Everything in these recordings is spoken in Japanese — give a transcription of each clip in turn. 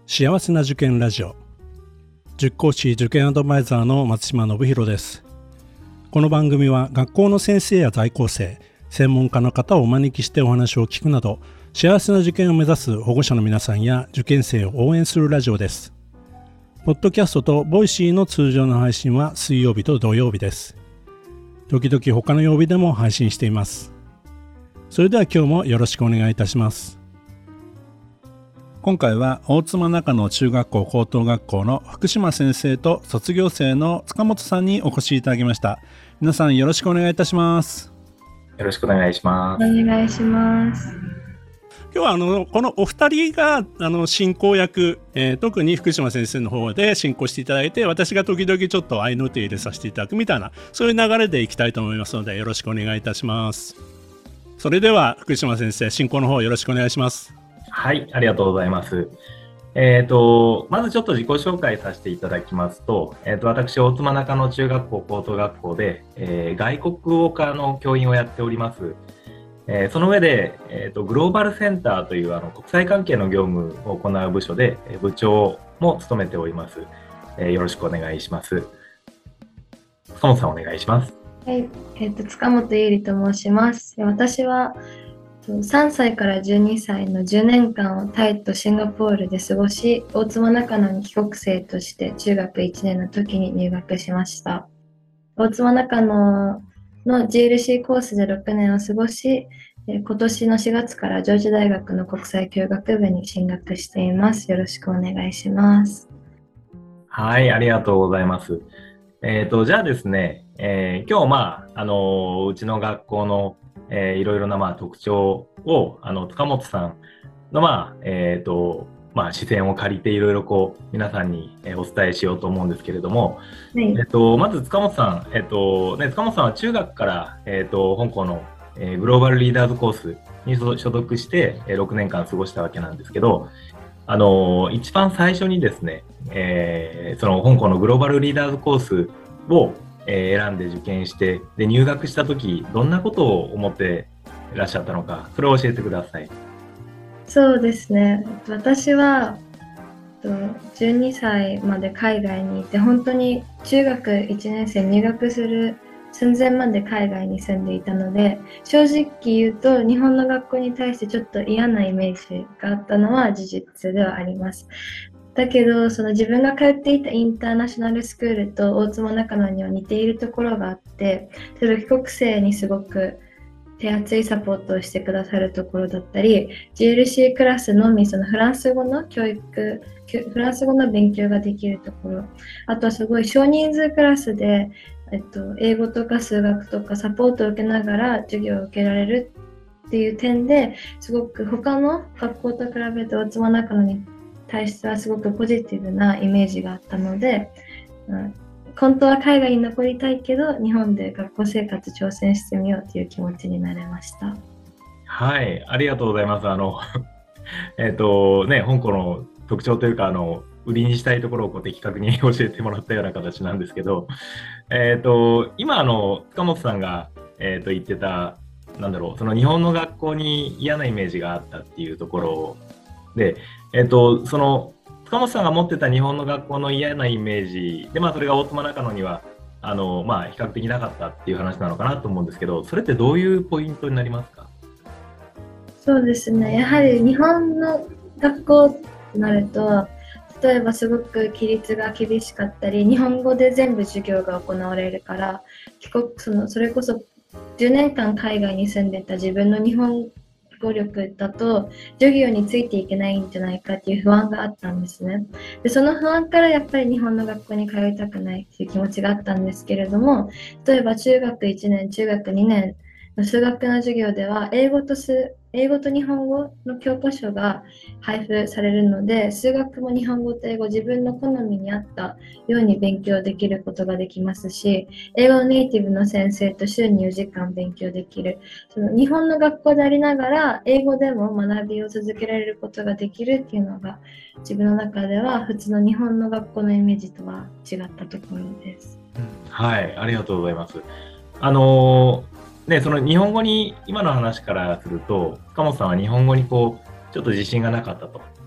幸せな受験ラジオ、塾講師受験アドバイザーの松島信弘です。この番組は学校の先生や在校生、専門家の方をお招きしてお話を聞くなど、幸せな受験を目指す保護者の皆さんや受験生を応援するラジオです。ポッドキャストとボイシーの通常の配信は水曜日と土曜日です。時々他の曜日でも配信しています。それでは今日もよろしくお願いいたします。今回は大妻中野中学校高等学校の福島先生と卒業生の塚本さんにお越しいただきました。皆さんよろしくお願いいたします。 よろしくお願いします。 お願いします。 今日はこのお二人が進行役、特に福島先生の方で進行していただいて、私が時々ちょっと合いの手入れさせていただくみたいな、そういう流れでいきたいと思いますので、よろしくお願いいたします。それでは福島先生、進行の方よろしくお願いします。 はい、ありがとうございます。まずちょっと自己紹介させていただきますと、私、大妻中野中学校高等学校で、外国語科の教員をやっております。その上で、グローバルセンターという国際関係の業務を行う部署で部長も務めております。よろしくお願いします。塚本さんお願いします。 はい、塚本優里と申します。私は3歳から12歳の10年間をタイとシンガポールで過ごし、大妻中野に帰国生として中学1年の時に入学しました。大妻中野の GLC コースで6年を過ごし、今年の4月から上智大学の国際教学部に進学しています。よろしくお願いします。 はい、ありがとうございます。じゃあですね、今日うちの学校のいろいろな特徴を塚本さんの視線を借りていろいろ皆さんにお伝えしようと思うんですけれども、はい、まず塚本さん、塚本さんは中学から、香港の、グローバルリーダーズコースに所属して6年間過ごしたわけなんですけど、一番最初にですね、その香港のグローバルリーダーズコースを選んで受験してで入学した時どんなことを思っていらっしゃったのか、それを教えてください。 そうですね、私は12歳まで海外にいて、本当に中学1年生入学する寸前まで海外に住んでいたので、正直言うと日本の学校に対してちょっと嫌なイメージがあったのは事実ではあります。だけどその自分が通っていたインターナショナルスクールと大妻中野には似ているところがあって、例えば帰国生にすごく手厚いサポートをしてくださるところだったり、 GLC クラスのみそのフランス語の教育、フランス語の勉強ができるところ、あとはすごい少人数クラスで、英語とか数学とかサポートを受けながら授業を受けられるっていう点ですごく他の学校と比べて大妻中野に対してはすごくポジティブなイメージがあったので、本当は海外に残りたいけど日本で学校生活挑戦してみようという気持ちになれました。 はい、ありがとうございます。香港の特徴というか売りにしたいところを的確に教えてもらったような形なんですけど、今塚本さんが、言ってたその日本の学校に嫌なイメージがあったっていうところで、その塚本さんが持ってた日本の学校の嫌なイメージで、それが大妻中野には比較的なかったっていう話なのかなと思うんですけど、それってどういうポイントになりますか？ そうですね、やはり日本の学校となると、例えばすごく規律が厳しかったり、日本語で全部授業が行われるから、それこそ10年間海外に住んでた自分の日本語力だと授業についていけないんじゃないかっていう不安があったんですね。でその不安からやっぱり日本の学校に通いたくないっていう気持ちがあったんですけれども、例えば中学1年中学2年の数学の授業では英語と日本語の教科書が配布されるので、数学も日本語と英語自分の好みに合ったように勉強できることができますし、英語のネイティブの先生と週に4時間勉強できる、その日本の学校でありながら英語でも学びを続けられることができるっていうのが自分の中では普通の日本の学校のイメージとは違ったところです。 はい、ありがとうございます。その日本語に今の話からすると、塚本さんは日本語にちょっと自信がなかったと。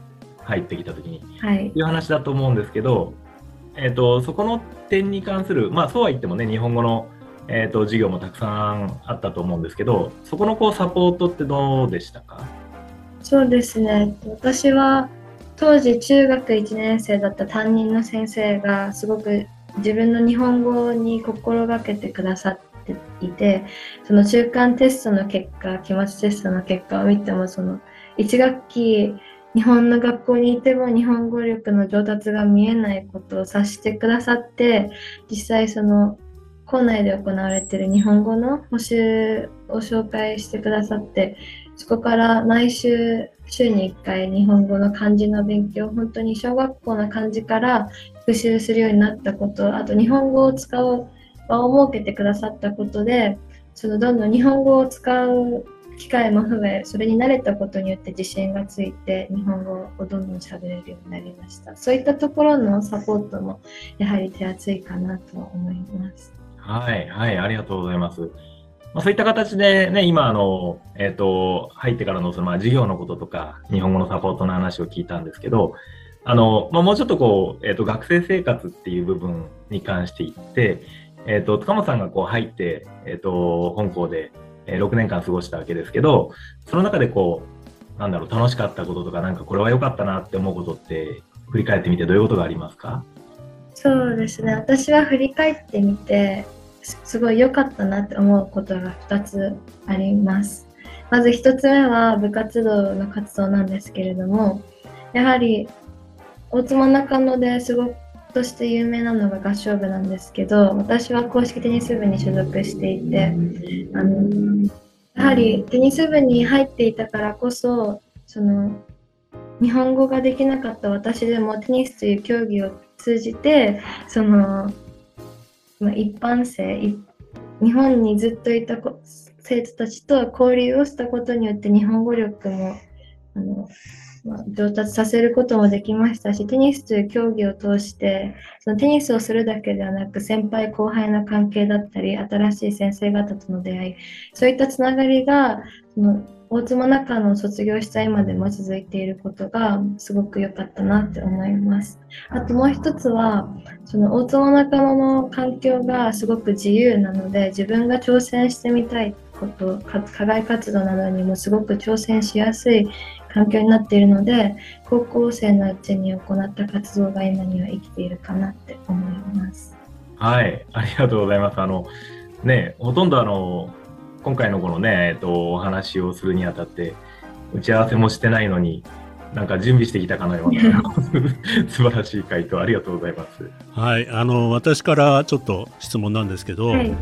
入ってきた時に、 はい。 いう話だと思うんですけど、そこの点に関する、そうは言ってもね、日本語の、授業もたくさんあったと思うんですけど、そこのサポートってどうでしたか？ そうですね。私は当時中学1年生だった担任の先生がすごく自分の日本語に心がけてくださっていて、その中間テストの結果、期末テストの結果を見ても、その1学期日本の学校にいても日本語力の上達が見えないことを察してくださって、実際その校内で行われている日本語の補習を紹介してくださって、そこから毎週週に1回日本語の漢字の勉強、本当に小学校の漢字から復習するようになったこと、あと日本語を使う場を設けてくださったことで、そのどんどん日本語を使う機会も増え、それに慣れたことによって自信がついて日本語をどんどん喋れるようになりました。そういったところのサポートもやはり手厚いかなと思います。 はい、はい、ありがとうございます。そういった形でね、今入ってからの授業のこととか、日本語のサポートの話を聞いたんですけど、もうちょっと学生生活っていう部分に関して言って、塚本さんが入って、本校で6年間過ごしたわけですけど、その中で楽しかったこととか、なんかこれは良かったなって思うことって、振り返ってみてどういうことがありますか？ そうですね。私は振り返ってみて、すごい良かったなって思うことが2つあります。まず1つ目は部活動の活動なんですけれども、やはり大妻中野ですごくとして有名なのが合唱部なんですけど、私は硬式テニス部に所属していて、やはりテニス部に入っていたからこそ、その日本語ができなかった私でもテニスという競技を通じて、その一般生、日本にずっといた生徒たちと交流をしたことによって日本語力も上達させることもできましたし、テニスという競技を通してそのテニスをするだけではなく、先輩後輩の関係だったり、新しい先生方との出会い、そういったつながりがその大妻中野を卒業した今でも続いていることがすごく良かったなって思います。あともう一つは、その大妻中野の環境がすごく自由なので、自分が挑戦してみたいこと、課外活動などにもすごく挑戦しやすい環境になっているので、高校生のうちに行った活動が今には生きているかなって思います。 はい、ありがとうございます。ほとんど今回のこのね、お話をするにあたって打ち合わせもしてないのに、なんか準備してきたかのような素晴らしい回答ありがとうございます。 はい、私からちょっと質問なんですけど、はい、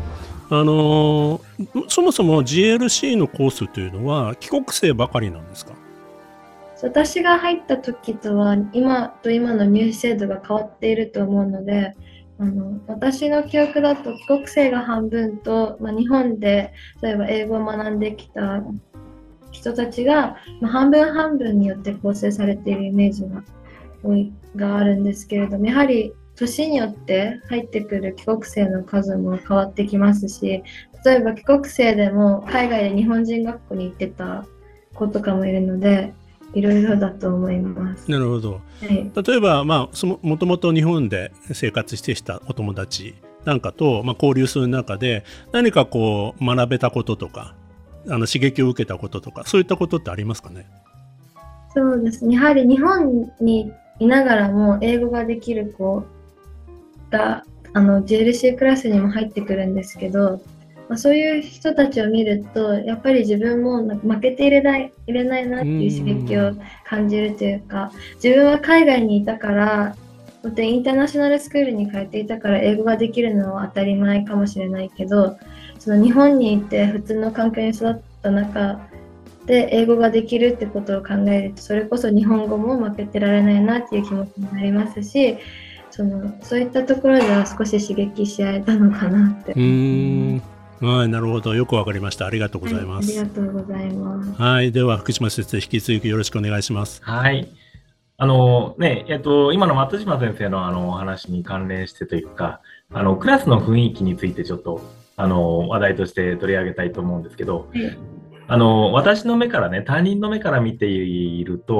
そもそも GLC のコースというのは帰国生ばかりなんですか？ 私が入った時とは今の入試制度が変わっていると思うので、私の記憶だと帰国生が半分と、日本で例えば英語を学んできた人たちが、半分半分によって構成されているイメージがあるんですけれども、やはり年によって入ってくる帰国生の数も変わってきますし、例えば帰国生でも海外で日本人学校に行ってた子とかもいるので、いろいろだと思います。 なるほど、はい、例えば、もともと日本で生活してきたお友達なんかと、交流する中で何か学べたこととか刺激を受けたこととか、そういったことってありますかね？ そうですね。やはり日本にいながらも英語ができる子がGLC クラスにも入ってくるんですけど、そういう人たちを見ると、やっぱり自分も負けていれないなっていう刺激を感じるというか、自分は海外にいたから、インターナショナルスクールに通っていたから英語ができるのは当たり前かもしれないけど、その日本にいて普通の環境に育った中で英語ができるってことを考えると、それこそ日本語も負けてられないなっていう気持ちになりますし、そういったところでは少し刺激し合えたのかなって思います。 はい、なるほど、よくわかりました。ありがとうございます。 はい、ありがとうございます。 はい、では福島先生、引き続きよろしくお願いします。 はい。今の松島先生のお話に関連してというか、クラスの雰囲気についてちょっと話題として取り上げたいと思うんですけど、私の目からね、他人の目から見ていると、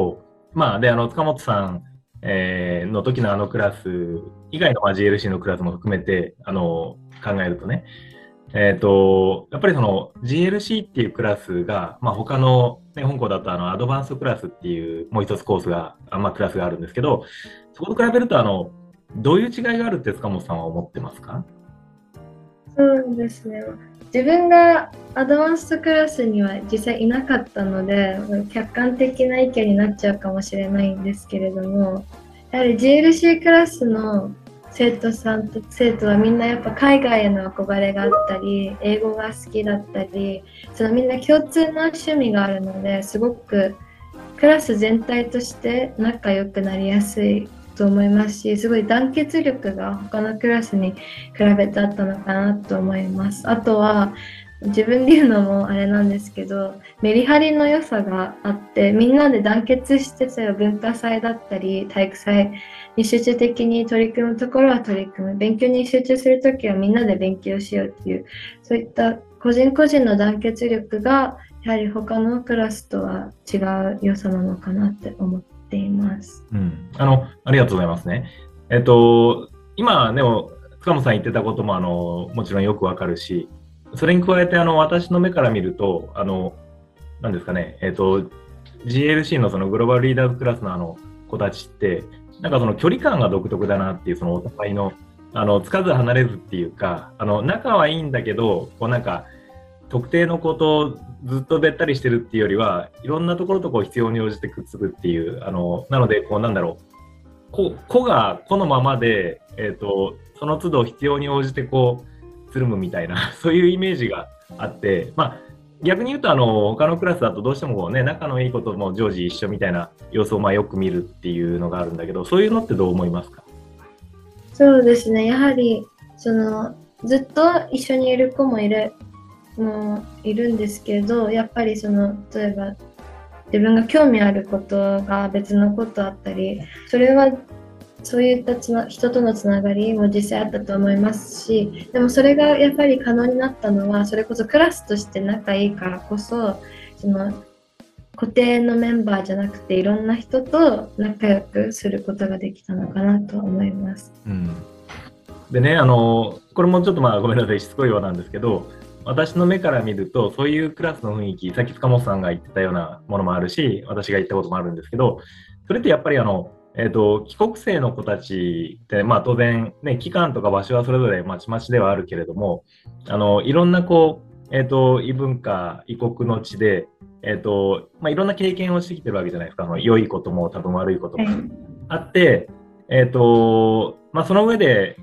まあ、で、塚本さん、の時のクラス以外の、GLC のクラスも含めて、考えるとね、やっぱりその GLC っていうクラスが、他の、ね、本校だとアドバンスクラスっていうもう一つコースが、クラスがあるんですけど、そこと比べるとどういう違いがあるって塚本さんは思ってますか？ そうですね。自分がアドバンストクラスには実際いなかったので、客観的な意見になっちゃうかもしれないんですけれども、やはり GLC クラスの生徒さんと生徒はみんなやっぱ海外への憧れがあったり、英語が好きだったり、そのみんな共通の趣味があるので、すごくクラス全体として仲良くなりやすいと思いますし、すごい団結力が他のクラスに比べてあったのかなと思います。あとは自分で言うのもあれなんですけど、メリハリの良さがあって、みんなで団結して文化祭だったり体育祭に集中的に取り組むところは取り組む、勉強に集中するときはみんなで勉強しようっていう、そういった個人個人の団結力がやはり他のクラスとは違う良さなのかなって思っています。 ありがとうございますね。今ね、塚本さん言ってたことももちろんよくわかるし、それに加えて私の目から見ると何ですかね、GLC のそのグローバルリーダーズクラスの子たちってなんかその距離感が独特だなっていう、そのお互いのつかず離れずっていうか、仲はいいんだけどこうなんか特定のことをずっとべったりしてるっていうよりは、いろんなところとこう必要に応じてくっつくっていうなのでこうなんだろう、子が子のままで、その都度必要に応じてこうつるむみたいなそういうイメージがあって、逆に言うと他のクラスだとどうしてもこう、ね、仲のいいことも常時一緒みたいな様子をよく見るっていうのがあるんだけど、そういうのってどう思いますか？ そうですね、やはりずっと一緒にいる子もいるんですけど、やっぱり例えば自分が興味あることが別のことあったり、それはそういった人とのつながりも実際あったと思いますし、でもそれがやっぱり可能になったのは、それこそクラスとして仲いいからこそ、固定のメンバーじゃなくていろんな人と仲良くすることができたのかなと思います。 でね、これもちょっとごめんなさい、しつこいようなんですけど、私の目から見るとそういうクラスの雰囲気、さっき塚本さんが言ってたようなものもあるし、私が言ったこともあるんですけど、それってやっぱり帰国生の子たちって、当然、ね、期間とか場所はそれぞれまちまちではあるけれども、いろんなこう、異文化、異国の地で、いろんな経験をしてきてるわけじゃないですか。良いことも多分悪いこともあって、その上で、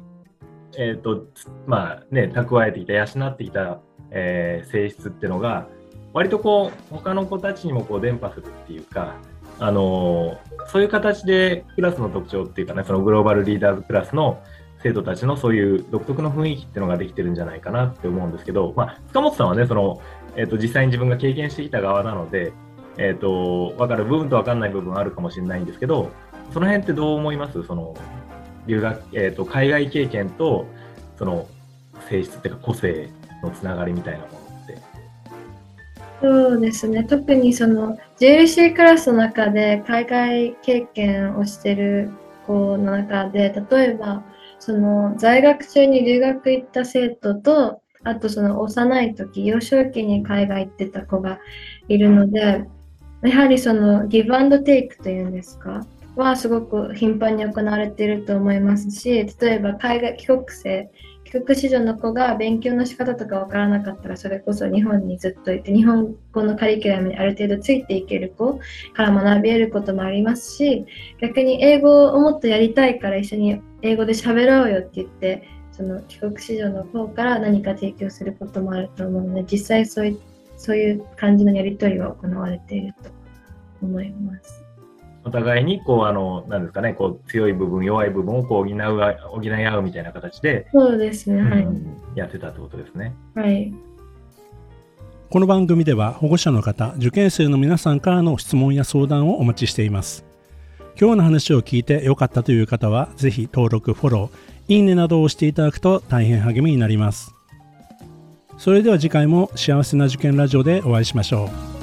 蓄えてきた、養ってきた、性質っていうのが、割とこう、他の子たちにもこう伝播するっていうか、そういう形でクラスの特徴っていうかね、そのグローバルリーダーズクラスの生徒たちのそういう独特の雰囲気っていうのができてるんじゃないかなって思うんですけど、塚本さんはね、実際に自分が経験してきた側なので、分かる部分と分かんない部分あるかもしれないんですけど、その辺ってどう思います？留学、海外経験とその性質っていうか個性のつながりみたいなものって。 そうですね、特にJLC クラスの中で海外経験をしてる子の中で、例えば在学中に留学行った生徒と、あと幼い時、幼少期に海外行ってた子がいるので、やはりギブアンドテイクというんですかはすごく頻繁に行われていると思いますし、例えば帰国子女の子が勉強の仕方とかわからなかったら、それこそ日本にずっといて日本語のカリキュラムにある程度ついていける子から学び得ることもありますし、逆に英語をもっとやりたいから一緒に英語で喋ろうよって言って帰国子女の方から何か提供することもあると思うので、実際そういう感じのやり取りは行われていると思います。 お互いにこうなんですかね、こう強い部分弱い部分をこう補い合うみたいな形で、 そうですね、はい、 やってたってことですね。 はい。 この番組では保護者の方、受験生の皆さんからの質問や相談をお待ちしています。今日の話を聞いて良かったという方は、ぜひ登録、フォロー、いいねなどを押していただくと大変励みになります。それでは次回も幸せな受験ラジオでお会いしましょう。